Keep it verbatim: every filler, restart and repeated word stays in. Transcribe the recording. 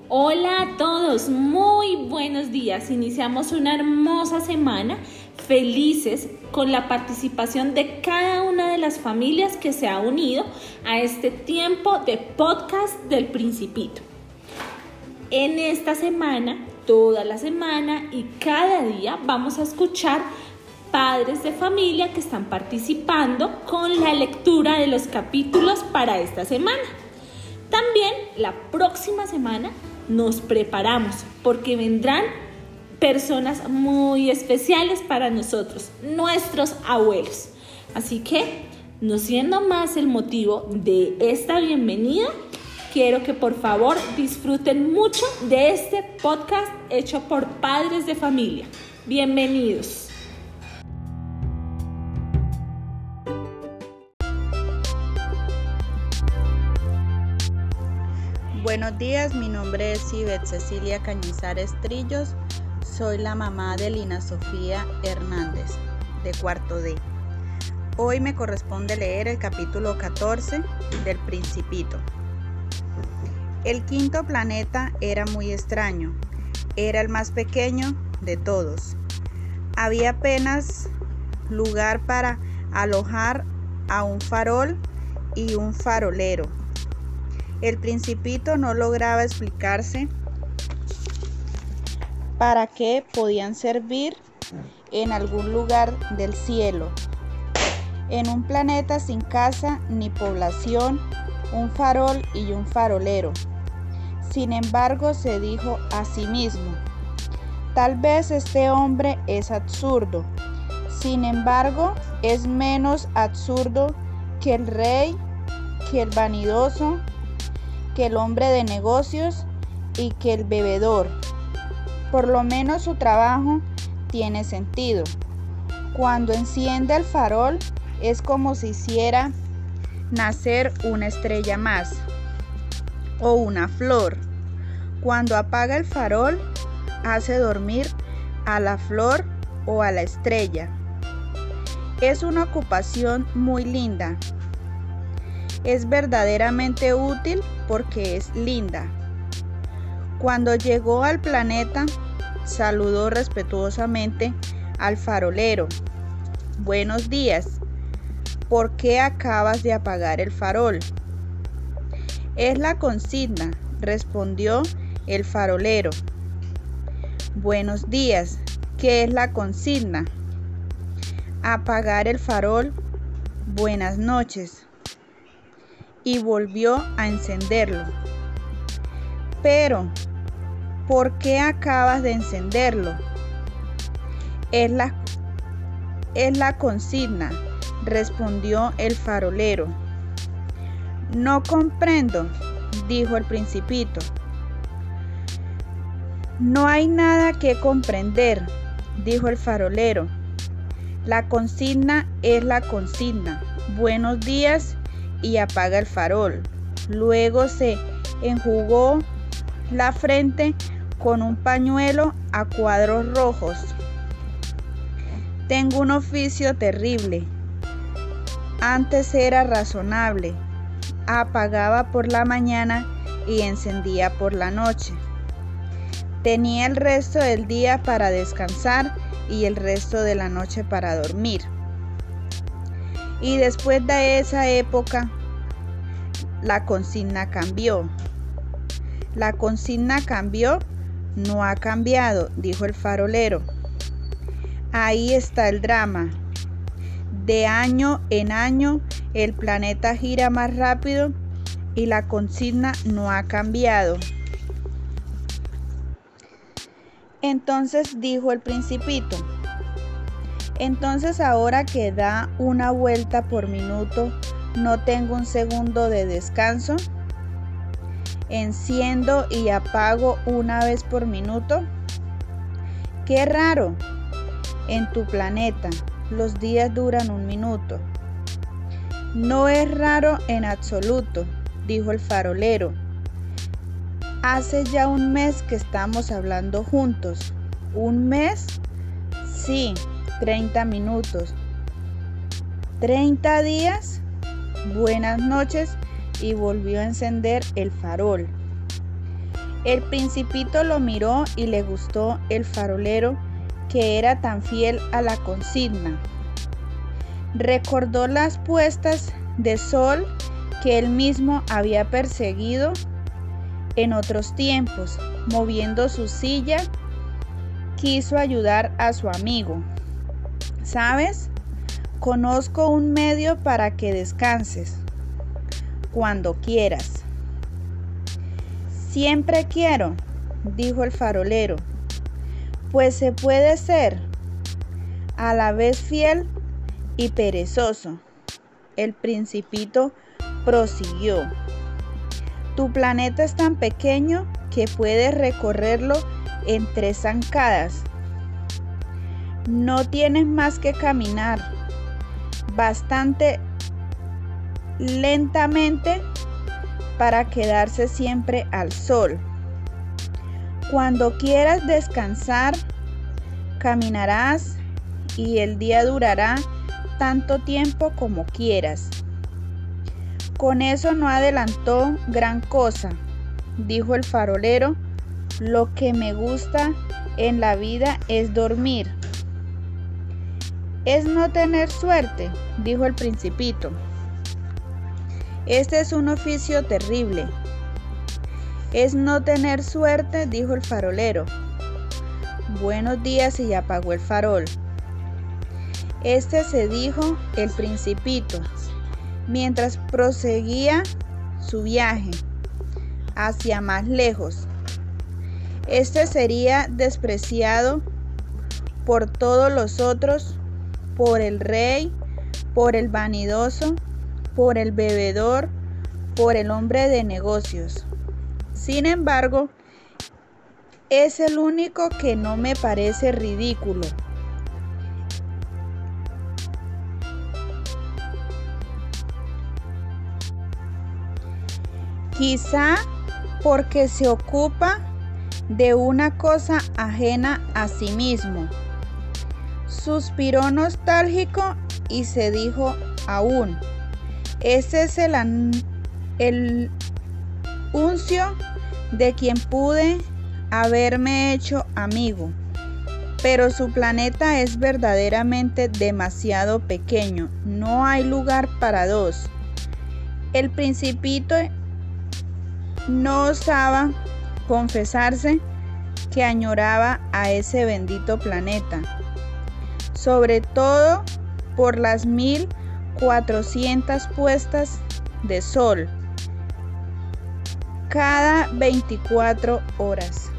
Hola a todos, muy buenos días. Iniciamos una hermosa semana, felices con la participación de cada una de las familias que se ha unido a este tiempo de podcast del Principito. En esta semana, toda la semana y cada día vamos a escuchar padres de familia que están participando con la lectura de los capítulos para esta semana. También la próxima semana nos preparamos porque vendrán personas muy especiales para nosotros, nuestros abuelos. Así que, no siendo más el motivo de esta bienvenida, quiero que por favor disfruten mucho de este podcast hecho por padres de familia. Bienvenidos. Buenos días, mi nombre es Ivette Cecilia Cañizares Trillos, soy la mamá de Lina Sofía Hernández, de cuarto D. Hoy me corresponde leer el capítulo catorce del Principito. El quinto planeta era muy extraño, era el más pequeño de todos. Había apenas lugar para alojar a un farol y un farolero. El Principito no lograba explicarse para qué podían servir en algún lugar del cielo. En un planeta sin casa ni población, un farol y un farolero. Sin embargo, se dijo a sí mismo: tal vez este hombre es absurdo. Sin embargo, es menos absurdo que el rey, que el vanidoso, que el hombre de negocios y que el bebedor. Por lo menos su trabajo tiene sentido. Cuando enciende el farol es como si hiciera nacer una estrella más o una flor. Cuando apaga el farol hace dormir a la flor o a la estrella. Es una ocupación muy linda. Es verdaderamente útil porque es linda. Cuando llegó al planeta, saludó respetuosamente al farolero. Buenos días. ¿Por qué acabas de apagar el farol? Es la consigna, respondió el farolero. Buenos días. ¿Qué es la consigna? Apagar el farol. Buenas noches. Y volvió a encenderlo. Pero, ¿por qué acabas de encenderlo? Es la, es la consigna, respondió el farolero. No comprendo, dijo el Principito. No hay nada que comprender, dijo el farolero. La consigna es la consigna. Buenos días. Y apaga el farol. Luego se enjugó la frente con un pañuelo a cuadros rojos. Tengo un oficio terrible. Antes era razonable. Apagaba por la mañana y encendía por la noche. Tenía el resto del día para descansar y el resto de la noche para dormir. Y después de esa época, la consigna cambió. La consigna cambió, no ha cambiado, dijo el farolero. Ahí está el drama. De año en año, el planeta gira más rápido y la consigna no ha cambiado. Entonces dijo el Principito: entonces ahora que da una vuelta por minuto, ¿no tengo un segundo de descanso? ¿Enciendo y apago una vez por minuto? ¡Qué raro! En tu planeta, los días duran un minuto. No es raro en absoluto, dijo el farolero. Hace ya un mes que estamos hablando juntos. ¿Un mes? Sí. treinta minutos. ¿treinta días? Buenas noches, y volvió a encender el farol. El Principito lo miró y le gustó el farolero que era tan fiel a la consigna. Recordó las puestas de sol que él mismo había perseguido en otros tiempos. Moviendo su silla, quiso ayudar a su amigo. ¿Sabes? Conozco un medio para que descanses cuando quieras. Siempre quiero, dijo el farolero, pues se puede ser a la vez fiel y perezoso. El Principito prosiguió. Tu planeta es tan pequeño que puedes recorrerlo en tres zancadas. No tienes más que caminar bastante lentamente para quedarse siempre al sol. Cuando quieras descansar, caminarás y el día durará tanto tiempo como quieras. Con eso no adelantó gran cosa, dijo el farolero. Lo que me gusta en la vida es dormir. Es no tener suerte, dijo el Principito. Este es un oficio terrible. Es no tener suerte, dijo el farolero. Buenos días, y apagó el farol. Este se dijo el Principito, mientras proseguía su viaje hacia más lejos. Este sería despreciado por todos los otros, por el rey, por el vanidoso, por el bebedor, por el hombre de negocios. Sin embargo, es el único que no me parece ridículo. Quizá porque se ocupa de una cosa ajena a sí mismo. Suspiró nostálgico y se dijo aún: ese es el, el uncio de quien pude haberme hecho amigo, pero su planeta es verdaderamente demasiado pequeño, no hay lugar para dos. El Principito no osaba confesarse que añoraba a ese bendito planeta, sobre todo por las mil cuatrocientas puestas de sol cada veinticuatro horas.